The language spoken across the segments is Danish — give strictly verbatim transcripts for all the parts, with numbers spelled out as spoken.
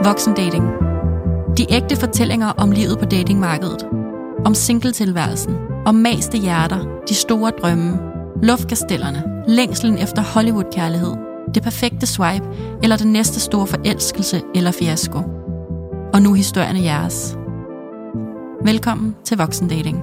Voksendating. De ægte fortællinger om livet på datingmarkedet. Om singletilværelsen. Om maste hjerter. De store drømme. Luftkastellerne. Længslen efter Hollywood-kærlighed. Det perfekte swipe. Eller den næste store forelskelse eller fiasko. Og nu historierne jeres. Velkommen til Voksendating.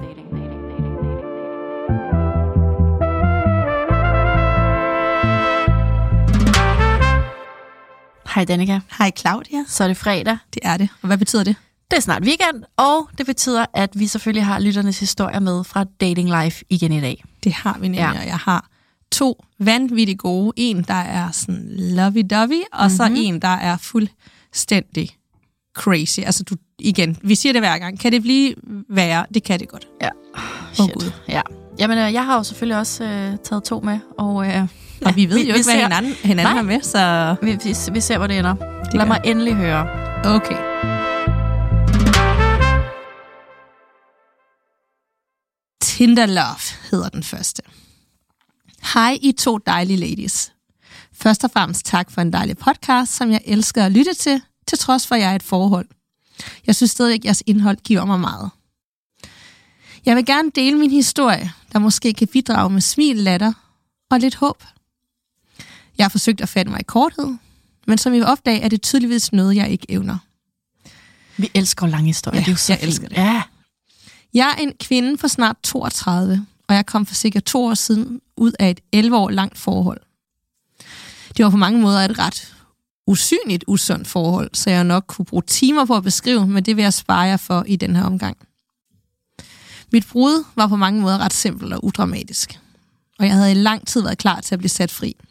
Hej Danika. Hej Claudia. Så er det fredag. Det er det. Og hvad betyder det? Det er snart weekend, og det betyder, at vi selvfølgelig har lytternes historier med fra Dating Life igen i dag. Det har vi nemlig, Ja. og jeg har to vanvittigt gode. En, der er sådan lovey-dovey, og mm-hmm. så en, der er fuldstændig crazy. Altså du, igen, vi siger det hver gang. Kan det blive værre? Det kan det godt. Ja. Åh oh, Gud. Ja. Jamen, øh, jeg har jo selvfølgelig også øh, taget to med, og... Øh, og vi ved vi, jo ikke, vi hvad ser, hinanden, hinanden har med, så... Vi, vi, vi ser, hvor det ender. Det Lad gør. mig endelig høre. Okay. Tinder Love hedder den første. Hej I to dejlige ladies. Først og fremmest tak for en dejlig podcast, som jeg elsker at lytte til, til trods for at jeg er et forhold. Jeg synes stadig, at jeres indhold giver mig meget. Jeg vil gerne dele min historie, der måske kan bidrage med smil, latter og lidt håb. Jeg har forsøgt at fatte mig i korthed, men som I vil opdage, er det tydeligvis noget, jeg ikke evner. Vi elsker lange historier. Ja, det er jo så jeg fint. elsker det. Ja. Jeg er en kvinde på snart toogtredive, og jeg kom for cirka to år siden ud af et elleve år langt forhold. Det var på mange måder et ret usynligt usundt forhold, så jeg nok kunne bruge timer på at beskrive, men det vil jeg spare jer for i den her omgang. Mit brud var på mange måder ret simpelt og udramatisk, og jeg havde i lang tid været klar til at blive sat fri.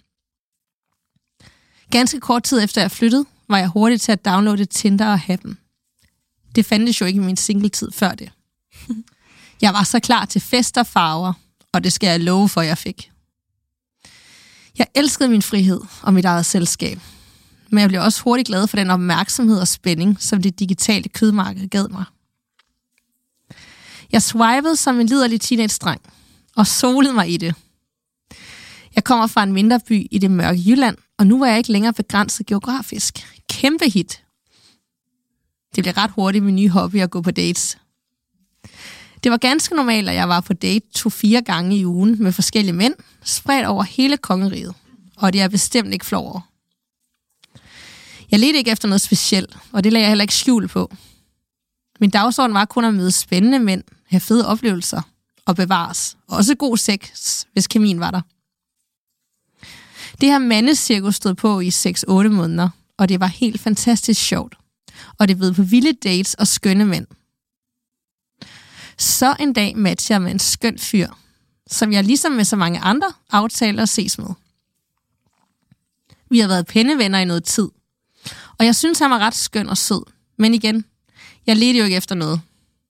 Ganske kort tid efter jeg flyttede, var jeg hurtig til at downloade Tinder og Happen. Det fandtes jo ikke i min singletid før det. Jeg var så klar til fest og farver, og det skal jeg love for, jeg fik. Jeg elskede min frihed og mit eget selskab, men jeg blev også hurtigt glad for den opmærksomhed og spænding, som det digitale kødmarked gav mig. Jeg swipede som en liderlig teenage-dreng, og solede mig i det. Jeg kommer fra en mindre by i det mørke Jylland, og nu var jeg ikke længere begrænset geografisk. Kæmpe hit. Det blev ret hurtigt min nye hobby at gå på dates. Det var ganske normalt, at jeg var på date to-fire gange i ugen med forskellige mænd, spredt over hele kongeriget, og det er jeg bestemt ikke flov over. Jeg ledte ikke efter noget specielt, og det lagde jeg heller ikke skjul på. Min dagsorden var kun at møde spændende mænd, have fede oplevelser og bevares. Også god sex, hvis kemien var der. Det her mandecirkus stod på i seks-otte måneder, og det var helt fantastisk sjovt. Og det blev på vilde dates og skønne mænd. Så en dag matchede jeg med en skøn fyr, som jeg ligesom med så mange andre aftaler at ses med. Vi har været pennevenner i noget tid, og jeg synes, han var ret skøn og sød. Men igen, jeg ledte jo ikke efter noget.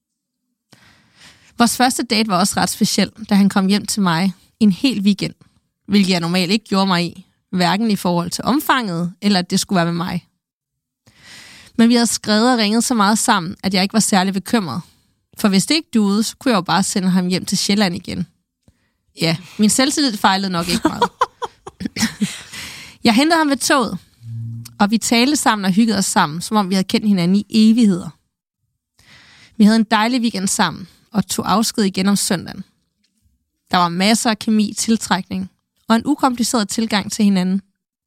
Vores første date var også ret speciel, da han kom hjem til mig en hel weekend, hvilket jeg normalt ikke gjorde mig i, hverken i forhold til omfanget, eller at det skulle være med mig. Men vi havde skrevet og ringet så meget sammen, at jeg ikke var særlig bekymret. For hvis det ikke duede, så kunne jeg jo bare sende ham hjem til Sjælland igen. Ja, min selvtillid fejlede nok ikke meget. Jeg hentede ham ved toget, og vi talte sammen og hyggede os sammen, som om vi havde kendt hinanden i evigheder. Vi havde en dejlig weekend sammen, og tog afsked igen om søndagen. Der var masser af kemi, tiltrækning, og en ukompliceret tilgang til hinanden.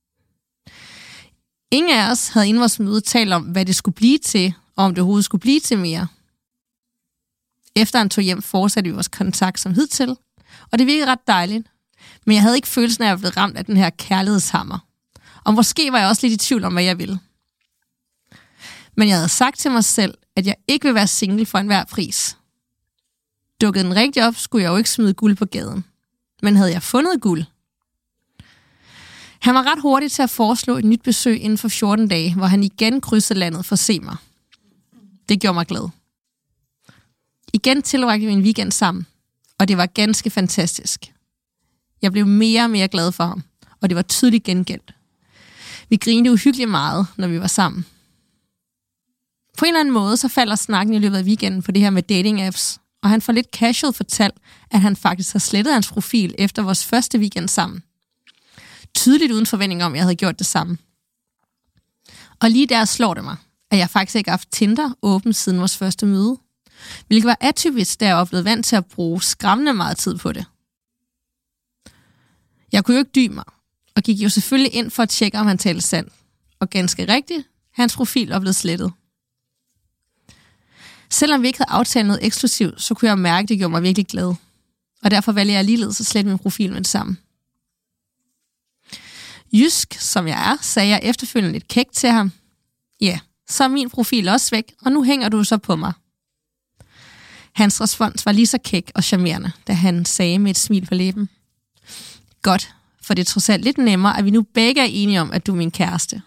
Ingen af os havde inden vores møde talt om, hvad det skulle blive til, og om det overhovedet skulle blive til mere. Efter han tog hjem, fortsatte vi vores kontakt som hidtil, og det virkede ret dejligt. Men jeg havde ikke følelsen af at blive ramt af den her kærlighedshammer. Og måske var jeg også lidt i tvivl om, hvad jeg ville. Men jeg havde sagt til mig selv, at jeg ikke vil være single for enhver pris. Dukkede den rigtig op, skulle jeg jo ikke smide guld på gaden. Men havde jeg fundet guld? Han var ret hurtig til at foreslå et nyt besøg inden for fjorten dage, hvor han igen krydsede landet for at se mig. Det gjorde mig glad. Igen tilbragte vi en weekend sammen, og det var ganske fantastisk. Jeg blev mere og mere glad for ham, og det var tydeligt gengældt. Vi grinede uhyggeligt meget, når vi var sammen. På en eller anden måde, så falder snakken i løbet af weekenden på det her med dating apps, og han får lidt casual fortalt, at han faktisk har slettet hans profil efter vores første weekend sammen. Tydeligt uden forventning om, at jeg havde gjort det samme. Og lige der slår det mig, at jeg faktisk ikke har haft Tinder åben siden vores første møde. Hvilket var atypisk, da jeg var blevet vant til at bruge skræmmende meget tid på det. Jeg kunne jo ikke dy mig, og gik jo selvfølgelig ind for at tjekke, om han talte sandt. Og ganske rigtigt, hans profil var blevet slettet. Selvom vi ikke havde aftalt noget eksklusivt, så kunne jeg mærke, at det gjorde mig virkelig glad. Og derfor valgte jeg ligeledes at slette min profil med det samme. Jysk, som jeg er, sagde jeg efterfølgende lidt kæk til ham. Ja, så er min profil også væk, og nu hænger du så på mig. Hans respons var lige så kæk og charmerende, da han sagde med et smil på læben. Godt, for det er trods alt lidt nemmere, at vi nu begge er enige om, at du er min kæreste.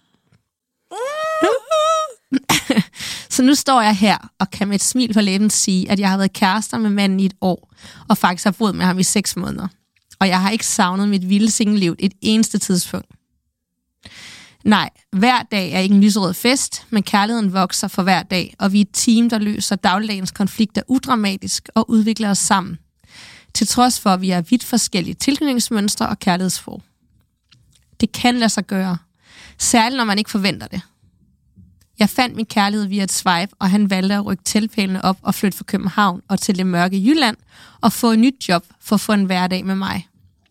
Så nu står jeg her og kan med et smil på læben sige, at jeg har været kærester med manden i et år, og faktisk har boet med ham i seks måneder. Og jeg har ikke savnet mit vilde singelliv et eneste tidspunkt. Nej, hver dag er ikke en lyserød fest, men kærligheden vokser for hver dag, og vi er et team, der løser dagligdagens konflikter udramatisk og udvikler os sammen. Til trods for, at vi har vidt forskellige tilknytningsmønstre og kærlighedsforhold. Det kan lade sig gøre, særligt når man ikke forventer det. Jeg fandt min kærlighed via et swipe, og han valgte at rykke teltpælene op og flytte fra København og til det mørke Jylland og få et nyt job for at få en hverdag med mig.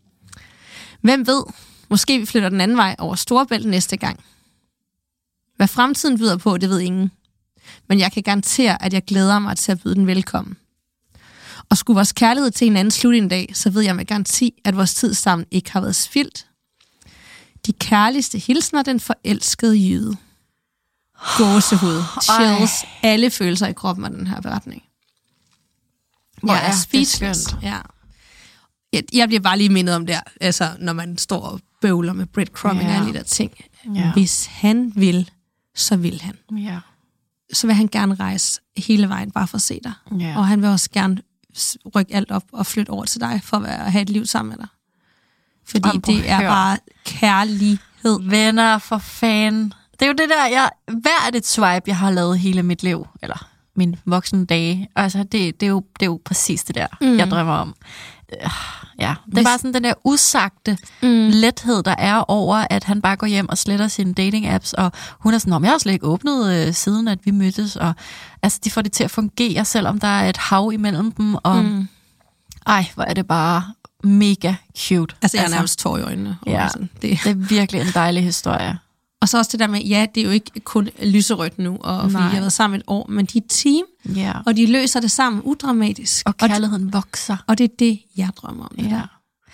Hvem ved, måske vi flytter den anden vej over Storebælt næste gang. Hvad fremtiden byder på, det ved ingen. Men jeg kan garantere, at jeg glæder mig til at byde den velkommen. Og skulle vores kærlighed til hinanden slutte en dag, så ved jeg med garanti, at vores tid sammen ikke har været spildt. De kærligste hilsner, den forelskede jyde. Gåsehud, chills, Ej. alle følelser i kroppen af den her beretning. Hvor ja, er speechless. Ja. Jeg, jeg bliver bare lige mindet om det, altså når man står og bøvler med breadcrumbing ja. og alle de der ting. Ja. Hvis han vil, så vil han. Ja. Så vil han gerne rejse hele vejen bare for at se dig. Ja. Og han vil også gerne rykke alt op og flytte over til dig for at, være, at have et liv sammen med dig. Fordi Jamen, det er bare kærlighed. Venner, for fan. Det er jo det der, jeg, hver et swipe, jeg har lavet hele mit liv, eller min voksne dage, altså det, det, er, jo, det er jo præcis det der, mm. jeg drømmer om. Ja, det er Hvis... bare sådan den der usagte mm. lethed, der er over, at han bare går hjem og sletter sine dating-apps, og hun er sådan, jeg har slet ikke åbnet øh, siden, at vi mødtes, og altså, de får det til at fungere, selvom der er et hav imellem dem, og mm. ej, hvor er det bare mega cute. Altså, jeg er nærmest tår i øjnene. Ja, det. det er virkelig en dejlig historie. Og så også det der med, ja, det er jo ikke kun lyserødt nu, og fordi jeg har været sammen et år, men de er et team, yeah. og de løser det sammen udramatisk. Og kærligheden og det, vokser. Og det er det, jeg drømmer om. Det ja.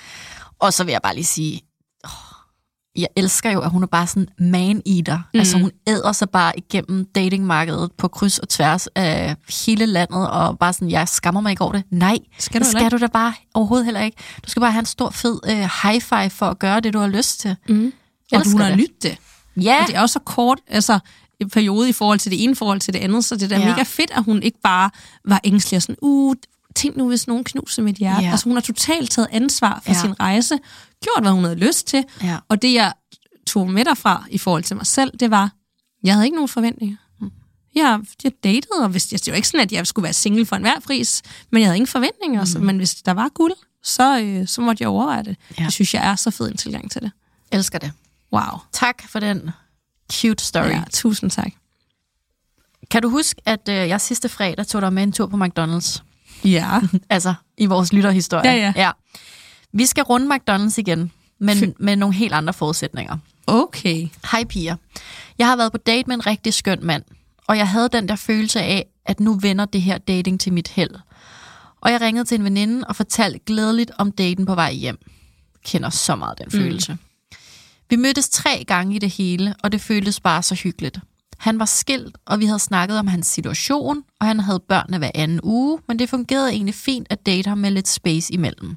Og så vil jeg bare lige sige, åh, jeg elsker jo, at hun er bare sådan man-eater. Mm. Altså hun æder sig bare igennem datingmarkedet på kryds og tværs af hele landet, og bare sådan, jeg skammer mig ikke over det. Nej, skal du, det skal du da bare overhovedet heller ikke. Du skal bare have en stor fed uh, high five for at gøre det, du har lyst til. Mm. Og du har lyttet det. Ja. Og det er også så kort altså, en periode i forhold til det ene forhold til det andet, så det er da ja. mega fedt, at hun ikke bare var ængstelig og sådan, uh, tænk nu, hvis nogen knuser mit hjerte. Ja. Altså hun har totalt taget ansvar for ja. sin rejse, gjort, hvad hun havde lyst til, ja. og det jeg tog med derfra i forhold til mig selv, det var, jeg havde ikke nogen forventninger. Mm. Jeg, jeg datede, og hvis, det var ikke sådan, at jeg skulle være single for enhver pris, men jeg havde ingen forventninger, mm. så, men hvis der var guld, så, øh, så måtte jeg overveje det. Ja. Det synes jeg er så fed en tilgang til det. Elsker det. Wow. Tak for den cute story. Ja, tusind tak. Kan du huske, at øh, jeg sidste fredag tog dig med en tur på McDonald's? Ja. Altså, i vores lytterhistorie. Ja, ja. ja. Vi skal runde McDonald's igen, men F- med nogle helt andre forudsætninger. Okay. Hej piger. Jeg har været på date med en rigtig skøn mand, og jeg havde den der følelse af, at nu vender det her dating til mit held. Og jeg ringede til en veninde og fortalte glædeligt om daten på vej hjem. Kender så meget den følelse. Mm. Vi mødtes tre gange i det hele, og det føltes bare så hyggeligt. Han var skilt, og vi havde snakket om hans situation, og han havde børnene hver anden uge, men det fungerede egentlig fint at date ham med lidt space imellem.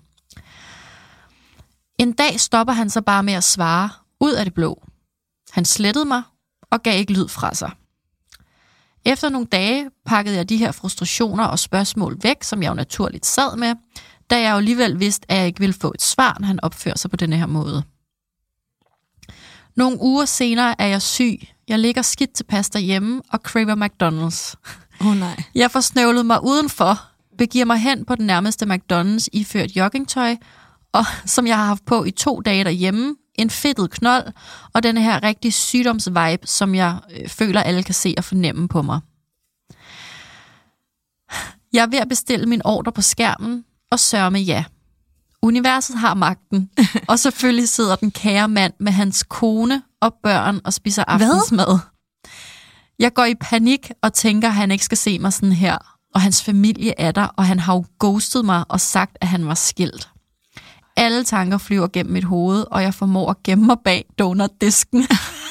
En dag stopper han så bare med at svare ud af det blå. Han slettede mig og gav ikke lyd fra sig. Efter nogle dage pakkede jeg de her frustrationer og spørgsmål væk, som jeg jo naturligt sad med, da jeg jo alligevel vidste, at jeg ikke ville få et svar, når han opfører sig på denne her måde. Nogle uger senere er jeg syg. Jeg ligger skidt tilpas derhjemme og craver McDonald's. Åh oh, nej. Jeg får snøvlet mig udenfor, begiver mig hen på den nærmeste McDonald's iført joggingtøj, og som jeg har haft på i to dage derhjemme, en fedtet knold, og den her rigtig sygdomsvibe, som jeg øh, føler, alle kan se og fornemme på mig. Jeg er ved at bestille min ordre på skærmen, og sørge med ja. Universet har magten, og selvfølgelig sidder den kære mand med hans kone og børn og spiser aftensmad. Hvad? Jeg går i panik og tænker, at han ikke skal se mig sådan her, og hans familie er der, og han har jo ghostet mig og sagt, at han var skilt. Alle tanker flyver gennem mit hoved, og jeg formår at gemme mig bag donutdisken.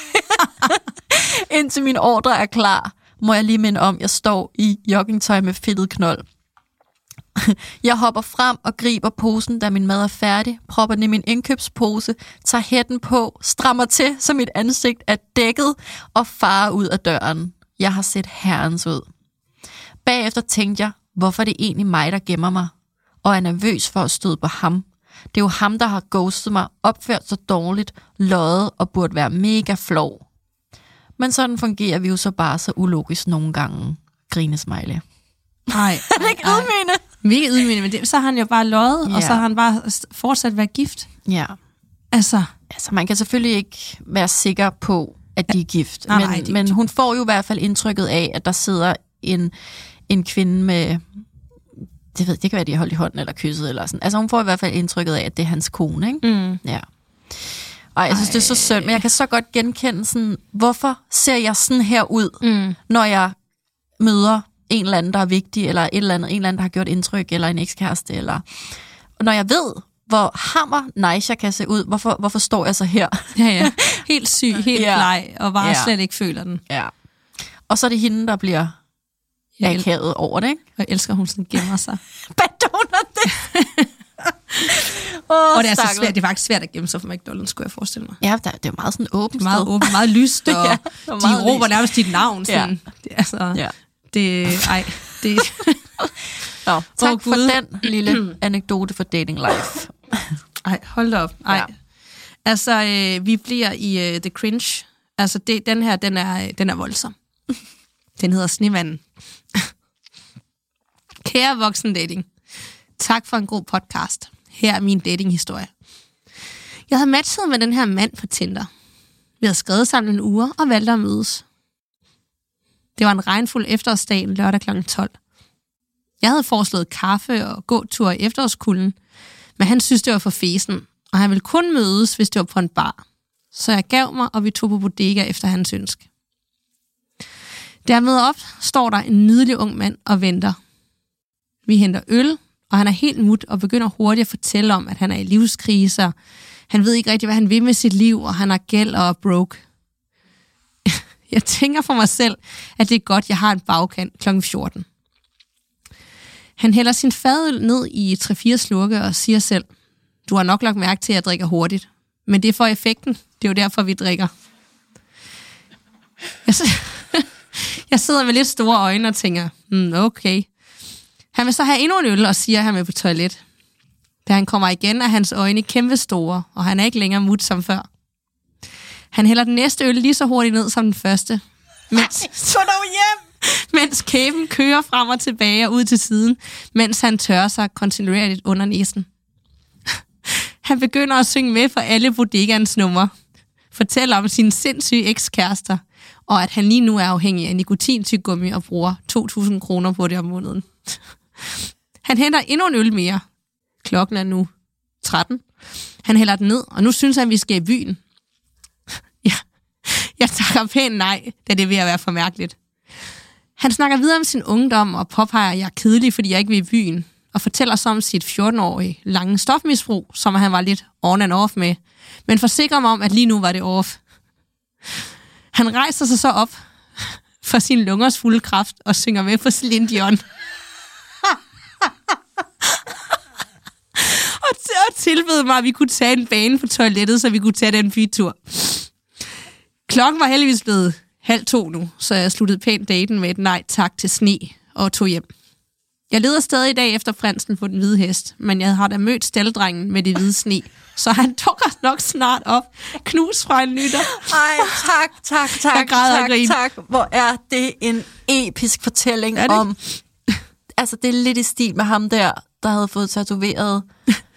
Indtil min ordre er klar, må jeg lige minde om, at jeg står i joggingtøj med fedtet knold. Jeg hopper frem og griber posen, da min mad er færdig, propper den i min indkøbspose, tager hætten på, strammer til, så mit ansigt er dækket, og farer ud af døren. Jeg har set herrens ud. Bagefter tænkte jeg, hvorfor er det egentlig mig, der gemmer mig, og er nervøs for at støde på ham. Det er jo ham, der har ghostet mig, opført sig dårligt, løjet og burde være mega flov. Men sådan fungerer vi jo så bare så ulogisk nogle gange. Grinesmiley. Nej, han er ikke ydmygende. Mega ydmygende, men det, så har han jo bare løjet, ja. Og så har han bare fortsat været gift. Ja. Altså. altså, man kan selvfølgelig ikke være sikker på, at de er gift. Nej, men, nej, men hun får jo i hvert fald indtrykket af, at der sidder en, en kvinde med... Det, ved, det kan være, de har holdt i hånden eller kysset eller sådan. Altså, hun får i hvert fald indtrykket af, at det er hans kone, ikke? Mm. Ja. Og jeg synes, Ej. det er så synd, men jeg kan så godt genkende sådan, hvorfor ser jeg sådan her ud, mm. når jeg møder en eller anden, der er vigtig, eller et eller andet, en eller anden, der har gjort indtryk, eller en ekskæreste, eller... Og når jeg ved, hvor hammer nice jeg kan se ud, hvorfor, hvorfor står jeg så her? Ja, ja. Helt syg, helt ja. bleg, og bare ja. slet ikke føler den. Ja. Og så er det hende, der bliver akavet over det, ikke? Og jeg elsker, hun sådan gemmer sig. Badoner det! oh, og det er, så svært, det er faktisk svært at gemme sig for McDonald's, skulle jeg forestille mig. Ja, det er jo meget sådan åbent. Meget åbent, meget lyst, og ja, de råber lyst. Nærmest dit navn. Sådan. Ja. Det, altså, ja. det, ej, det... Nå, tak oh, for den lille anekdote for dating life. Ej, hold da op. Ej. Ja. Altså, øh, vi bliver i uh, The Cringe. Altså, det, den her, den er, den er voldsom. Den hedder Snemanden. Kære voksendating, tak for en god podcast. Her er min datinghistorie. Jeg havde matchet med den her mand på Tinder. Vi havde skrevet sammen en uge og valgte at mødes. Det var en regnfuld efterårsdag lørdag klokken tolv. Jeg havde foreslået kaffe og gåtur i efterårskulden, men han synes, det var for fesen, og han ville kun mødes, hvis det var på en bar. Så jeg gav mig, og vi tog på bodega efter hans ønske. Da jeg møder op, står der en nydelig ung mand og venter. Vi henter øl, og han er helt mut og begynder hurtigt at fortælle om, at han er i livskriser. Han ved ikke rigtig, hvad han vil med sit liv, og han har gæld og er broke. Jeg tænker for mig selv, at det er godt, jeg har en bagkant klokken fjorten. Han hælder sin fadøl ned i tre fire slurke og siger selv, du har nok lagt mærke til, at jeg drikker hurtigt. Men det er for effekten. Det er jo derfor, vi drikker. Jeg, jeg sidder med lidt store øjne og tænker, mm, okay. Han vil så have endnu en øl og siger, at han er på toilet. Da han kommer igen, er hans øjne kæmpe store, og han er ikke længere mut som før. Han hælder den næste øl lige så hurtigt ned som den første. Mens, Gå dog hjem! Mens kæben kører frem og tilbage og ud til siden, mens han tørrer sig kontinuerligt under næsen. Han begynder at synge med for alle bodegans numre. Fortæller om sine sindssyge ekskærester, og at han lige nu er afhængig af nikotintyggegummi og bruger to tusind kroner på det om måneden. Han henter endnu en øl mere. Klokken er nu tretten. Han hælder den ned, og nu synes han, vi skal i byen. Ja, jeg takker pænt nej, da det er ved at være for mærkeligt. Han snakker videre om sin ungdom og påpeger, at jeg er kedelig, fordi jeg ikke vil i byen, og fortæller så om sit fjorten-årige lange stofmisbrug, som han var lidt on and off med, men forsikrer mig om, at lige nu var det off. Han rejser sig så op for sin lungers fulde kraft og synger med på Celine Dion. og, t- og tilbød mig, at vi kunne tage en bane på toilettet, så vi kunne tage den bytur. Klokken var heldigvis blevet halv to nu, så jeg sluttede pænt daten med et nej tak til sne og tog hjem. Jeg leder stadig i dag efter prinsen på den hvide hest, men jeg har da mødt stalddrengen med det hvide sne, så han dukker nok snart op. Knus fra en lytter. Ej, tak, tak, tak, jeg græder tak, tak. Hvor er det en episk fortælling om... Altså, det er lidt i stil med ham der, der havde fået tatoveret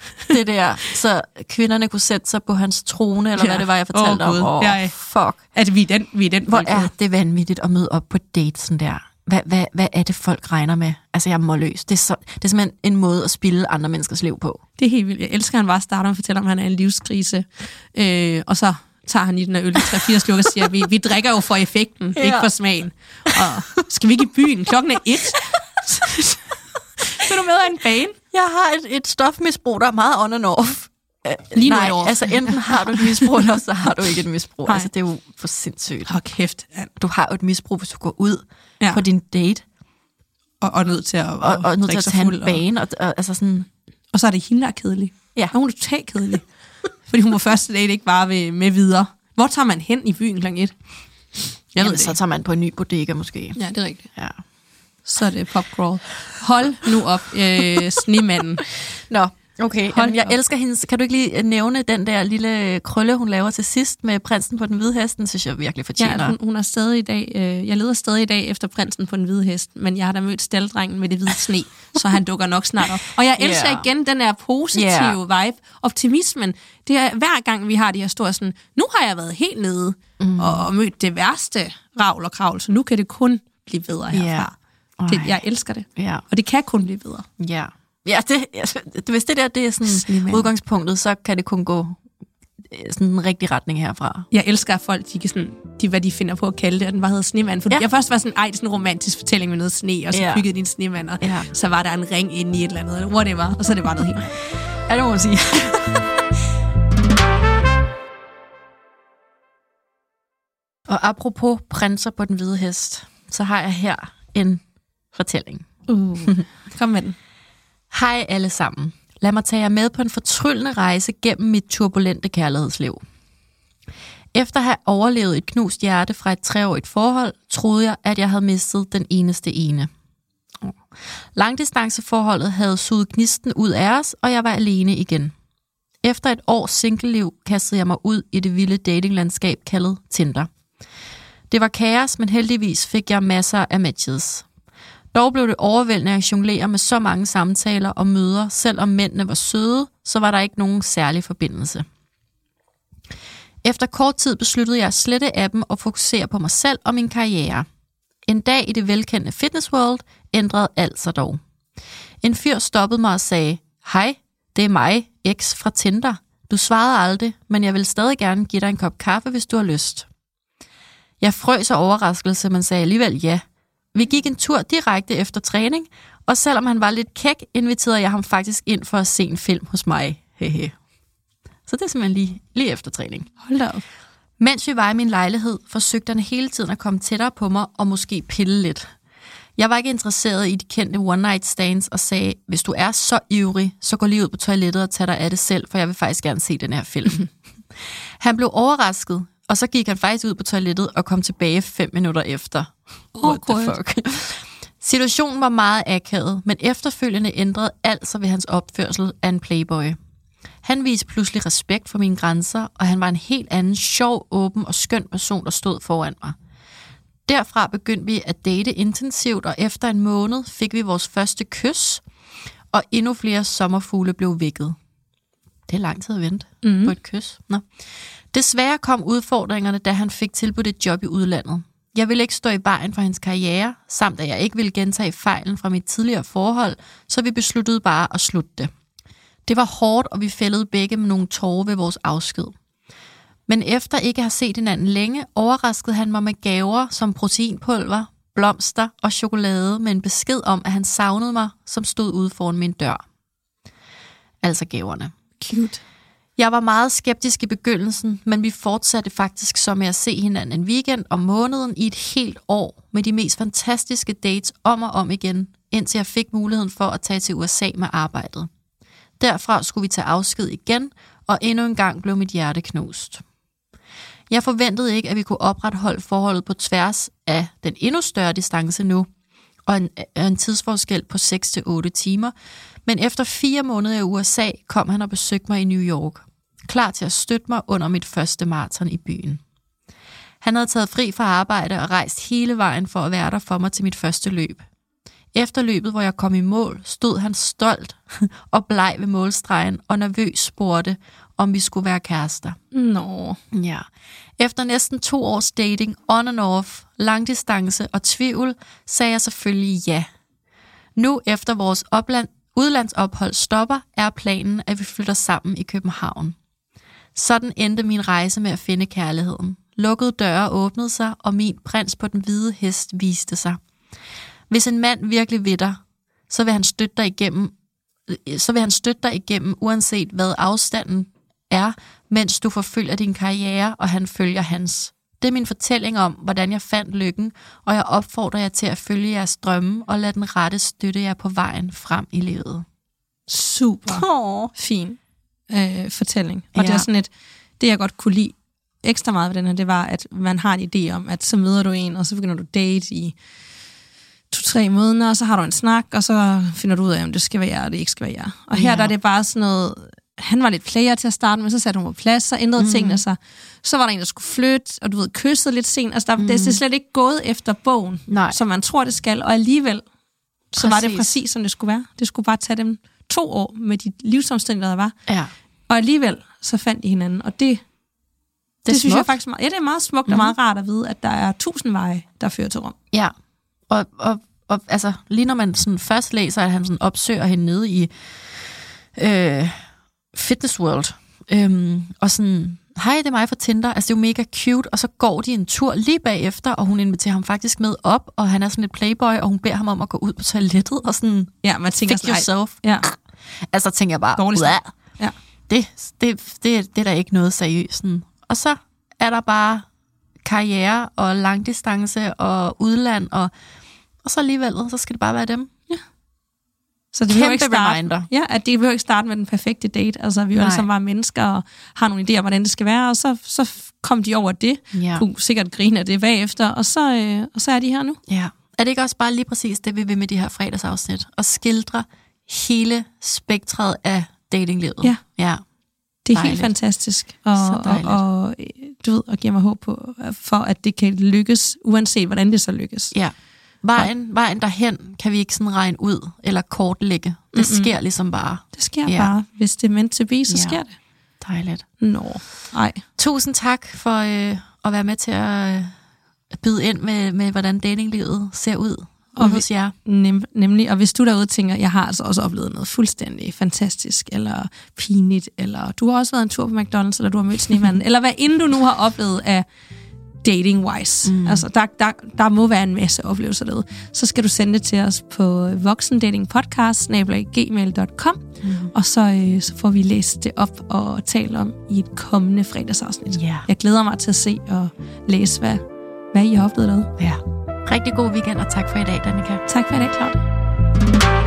det der, så kvinderne kunne sætte sig på hans trone, eller ja. hvad det var, jeg fortalte oh, om. Åh, oh, ja, fuck. At vi er den, vi er den Hvor er det vanvittigt at møde op på date sådan der. Hvad, hvad, hvad er det, folk regner med? Altså, jeg er målløs. Det er, så, det er simpelthen en måde at spilde andre menneskers liv på. Det er helt vildt. Jeg elsker, at han bare starter med at fortælle, om han er en livskrise. Øh, og så tager han i den her øl i tre fire sluk og siger, vi, vi drikker jo for effekten, ja. ikke for smagen. Og skal vi ikke i byen? Klokken er et. Vil du med af en bane? Jeg har et, et stofmisbrug, der er meget on and off. Lige Nej, nu altså enten har du et misbrug, eller så har du ikke et misbrug. Nej. Altså, det er jo for sindssygt. Hold kæft. Ja. Du har jo et misbrug, hvis du går ud ja. på din date. Og, og nødt til at, og, og, og nødt til at tage en bane. Og, og, altså sådan... og så er det hende, der er kedelig. Ja. Og hun er totalt kedelig. Fordi hun var første date ikke bare ved, med videre. Hvor tager man hen i byen klokken et? Jeg Jamen, ved så tager man på en ny bodega måske. Ja, det er rigtigt. Ja. Så er det popcrawl. Hold nu op, øh, snemanden. Nå, okay. Jamen, jeg op. elsker hendes... Kan du ikke lige nævne den der lille krølle, hun laver til sidst med prinsen på den hvide hest? Den synes jeg virkelig fortjener. Ja, hun, hun er stadig i dag... Øh, jeg leder stadig i dag efter prinsen på den hvide hest, men jeg har da mødt staldrengen med det hvide sne, så han dukker nok snart op. Og jeg elsker yeah. igen den der positive yeah. vibe, optimismen. Det er hver gang, vi har de her store sådan, nu har jeg været helt nede mm. og, og mødt det værste ravl og kravl, så nu kan det kun blive bedre herfra. Yeah. Det, jeg elsker det. Ja. Og det kan kun blive bedre. Ja. Ja, det, altså, hvis det der det er sådan Slimand. udgangspunktet, så kan det kun gå sådan en rigtig retning herfra. Jeg elsker, at folk, de kan sådan, de, hvad de finder på at kalde det, og den bare hedder Snemand. For ja. jeg først var sådan, ej, det er sådan en romantisk fortælling med noget sne, og så ja. byggede de en snemand, og ja. så var der en ring inde i et eller andet, eller whatever, og så er det bare noget helt. Ja, det må man sige. Og apropos prinser på den hvide hest, så har jeg her en fortælling. Uh, kom med den. Hej alle sammen. Lad mig tage jer med på en fortryllende rejse gennem mit turbulente kærlighedsliv. Efter at have overlevet et knust hjerte fra et treårigt forhold, troede jeg, at jeg havde mistet den eneste ene. Langdistanceforholdet havde suget gnisten ud af os, og jeg var alene igen. Efter et års singleliv kastede jeg mig ud i det vilde datinglandskab kaldet Tinder. Det var kaos, men heldigvis fik jeg masser af matches. Dog blev det overvældende at jonglere med så mange samtaler og møder, selvom mændene var søde, så var der ikke nogen særlig forbindelse. Efter kort tid besluttede jeg at slette appen og fokusere på mig selv og min karriere. En dag i det velkendte Fitness World ændrede alt sig dog. En fyr stoppede mig og sagde, hej, det er mig, X fra Tinder. Du svarede aldrig, men jeg vil stadig gerne give dig en kop kaffe, hvis du har lyst. Jeg frøs af overraskelse, men sagde alligevel ja. Vi gik en tur direkte efter træning, og selvom han var lidt kæk, inviterede jeg ham faktisk ind for at se en film hos mig. Hehe. Så det er simpelthen lige, lige efter træning. Hold da op. Mens vi var i min lejlighed, forsøgte han hele tiden at komme tættere på mig og måske pille lidt. Jeg var ikke interesseret i de kendte one-night stands og sagde, hvis du er så ivrig, så gå lige ud på toilettet og tag dig af det selv, for jeg vil faktisk gerne se den her film. Han blev overrasket, og så gik han faktisk ud på toilettet og kom tilbage fem minutter efter. What the fuck? Situationen var meget akavet, men efterfølgende ændrede alt sig ved hans opførsel af en playboy. Han viste pludselig respekt for mine grænser, og han var en helt anden sjov, åben og skøn person, der stod foran mig. Derfra begyndte vi at date intensivt, og efter en måned fik vi vores første kys, og endnu flere sommerfugle blev vækket. Det er lang tid at vente mm. på et kys. Nå. Desværre kom udfordringerne, da han fik tilbudt et job i udlandet. Jeg ville ikke stå i vejen for hans karriere, samt at jeg ikke ville gentage fejlen fra mit tidligere forhold, så vi besluttede bare at slutte det. Det var hårdt, og vi fældede begge med nogle tårer ved vores afsked. Men efter ikke at have set hinanden længe, overraskede han mig med gaver som proteinpulver, blomster og chokolade med en besked om, at han savnede mig, som stod ude foran min dør. Altså gaverne. Cute. Jeg var meget skeptisk i begyndelsen, men vi fortsatte faktisk så med at se hinanden en weekend om måneden i et helt år med de mest fantastiske dates om og om igen, indtil jeg fik muligheden for at tage til U S A med arbejdet. Derfra skulle vi tage afsked igen, og endnu en gang blev mit hjerte knust. Jeg forventede ikke, at vi kunne opretholde forholdet på tværs af den endnu større distance nu, og en, en tidsforskel på seks til otte timer, men efter fire måneder i U S A kom han og besøgte mig i New York, klar til at støtte mig under mit første maraton i byen. Han havde taget fri fra arbejde og rejst hele vejen for at være der for mig til mit første løb. Efter løbet, hvor jeg kom i mål, stod han stolt og bleg ved målstregen og nervøs spurgte, om vi skulle være kærester. Nå. Ja. Efter næsten to års dating, on and off, langdistance og tvivl, sagde jeg selvfølgelig ja. Nu efter vores opland, udlandsophold stopper, er planen, at vi flytter sammen i København. Sådan endte min rejse med at finde kærligheden. Lukkede døre åbnede sig, og min prins på den hvide hest viste sig. Hvis en mand virkelig vil dig, så vil han støtte dig igennem, så vil han støtte dig igennem, uanset hvad afstanden er, mens du forfølger din karriere, og han følger hans. Det er min fortælling om, hvordan jeg fandt lykken, og jeg opfordrer jer til at følge jeres drømme, og lade den rette støtte jer på vejen frem i livet. Super Oh. fin øh, fortælling. Og Ja. det er sådan et, det jeg godt kunne lide ekstra meget ved den her, det var, at man har en idé om, at så møder du en, og så begynder du date i to-tre måneder, og så har du en snak, og så finder du ud af, om det skal være jer, og det ikke skal være jer. Og her Ja. der er det bare sådan noget, han var lidt player til at starte med, så satte hun på plads, så ændrede mm. tingene sig. Så var der en, der skulle flytte, og du ved, kyssede lidt sent. Altså, der, mm. det er slet ikke gået efter bogen, Nej. som man tror, det skal, og alligevel, så Præcis. var det præcis, som det skulle være. Det skulle bare tage dem to år med de livsomstændigheder, der var. Ja. Og alligevel, så fandt de hinanden, og det, det, det synes jeg faktisk, meget, ja, det er meget smukt mm. og meget rart at vide, at der er tusind veje, der fører til Rom. Ja, og, og, og altså, lige når man sådan først læser, at han sådan opsøger hende nede i øh, Fitness World, øhm, og sådan, hej, det er mig fra Tinder, altså det er jo mega cute, og så går de en tur lige bagefter, og hun inviterer ham faktisk med op, og han er sådan et playboy, og hun beder ham om at gå ud på toilettet, og sådan, Ja, man tænker fix sådan, ej, yourself. ja. Altså tænker jeg bare, Dårlig start. Ja. det, det, det, det er da ikke noget seriøst. Sådan. Og så er der bare karriere og langdistance og udland, og, og så alligevel, så skal det bare være dem. Så det behøver Kæmpe ikke starte, reminder. ja, at det behøver ikke starte med den perfekte date. Altså, vi er jo Nej. alle sammen bare mennesker og har nogle idéer, hvordan det skal være, og så, så kom de over det. Ja. Kunne sikkert grine af det bagefter, og så, øh, og så er de her nu. Ja. Er det ikke også bare lige præcis det, vi vil med de her fredagsafsnit? At skildre hele spektret af datinglivet. Ja. Ja. Det er Dejligt. helt fantastisk. Og, Så og, dejligt. og du ved, og giver mig håb på, for at det kan lykkes, uanset hvordan det så lykkes. Ja. Vejen, vejen derhen kan vi ikke sådan regne ud eller kortlægge. Det Mm-mm. sker ligesom bare. Det sker Ja. bare. Hvis det er meant to be, så Ja. sker det. Dejligt. Nå, ej. Tusind tak for øh, at være med til at, øh, at byde ind med, med, hvordan datinglivet ser ud Og ude vi- hos jer. Nem, nemlig, og hvis du derude tænker, jeg har altså også oplevet noget fuldstændig fantastisk, eller pinligt, eller du har også været en tur på McDonald's, eller du har mødt snemanden, eller hvad end du nu har oplevet af dating-wise. Mm. Altså, der, der, der må være en masse oplevelser derude. Så skal du sende det til os på voksendatingpodcast snabel-a gmail punktum com, mm. og så, øh, så får vi læst det op og talt om i et kommende fredagsafsnit. Ja. Jeg glæder mig til at se og læse, hvad, hvad I har oplevet derude. Ja. Rigtig god weekend, og tak for i dag, Danika. Tak for i dag, Claudia.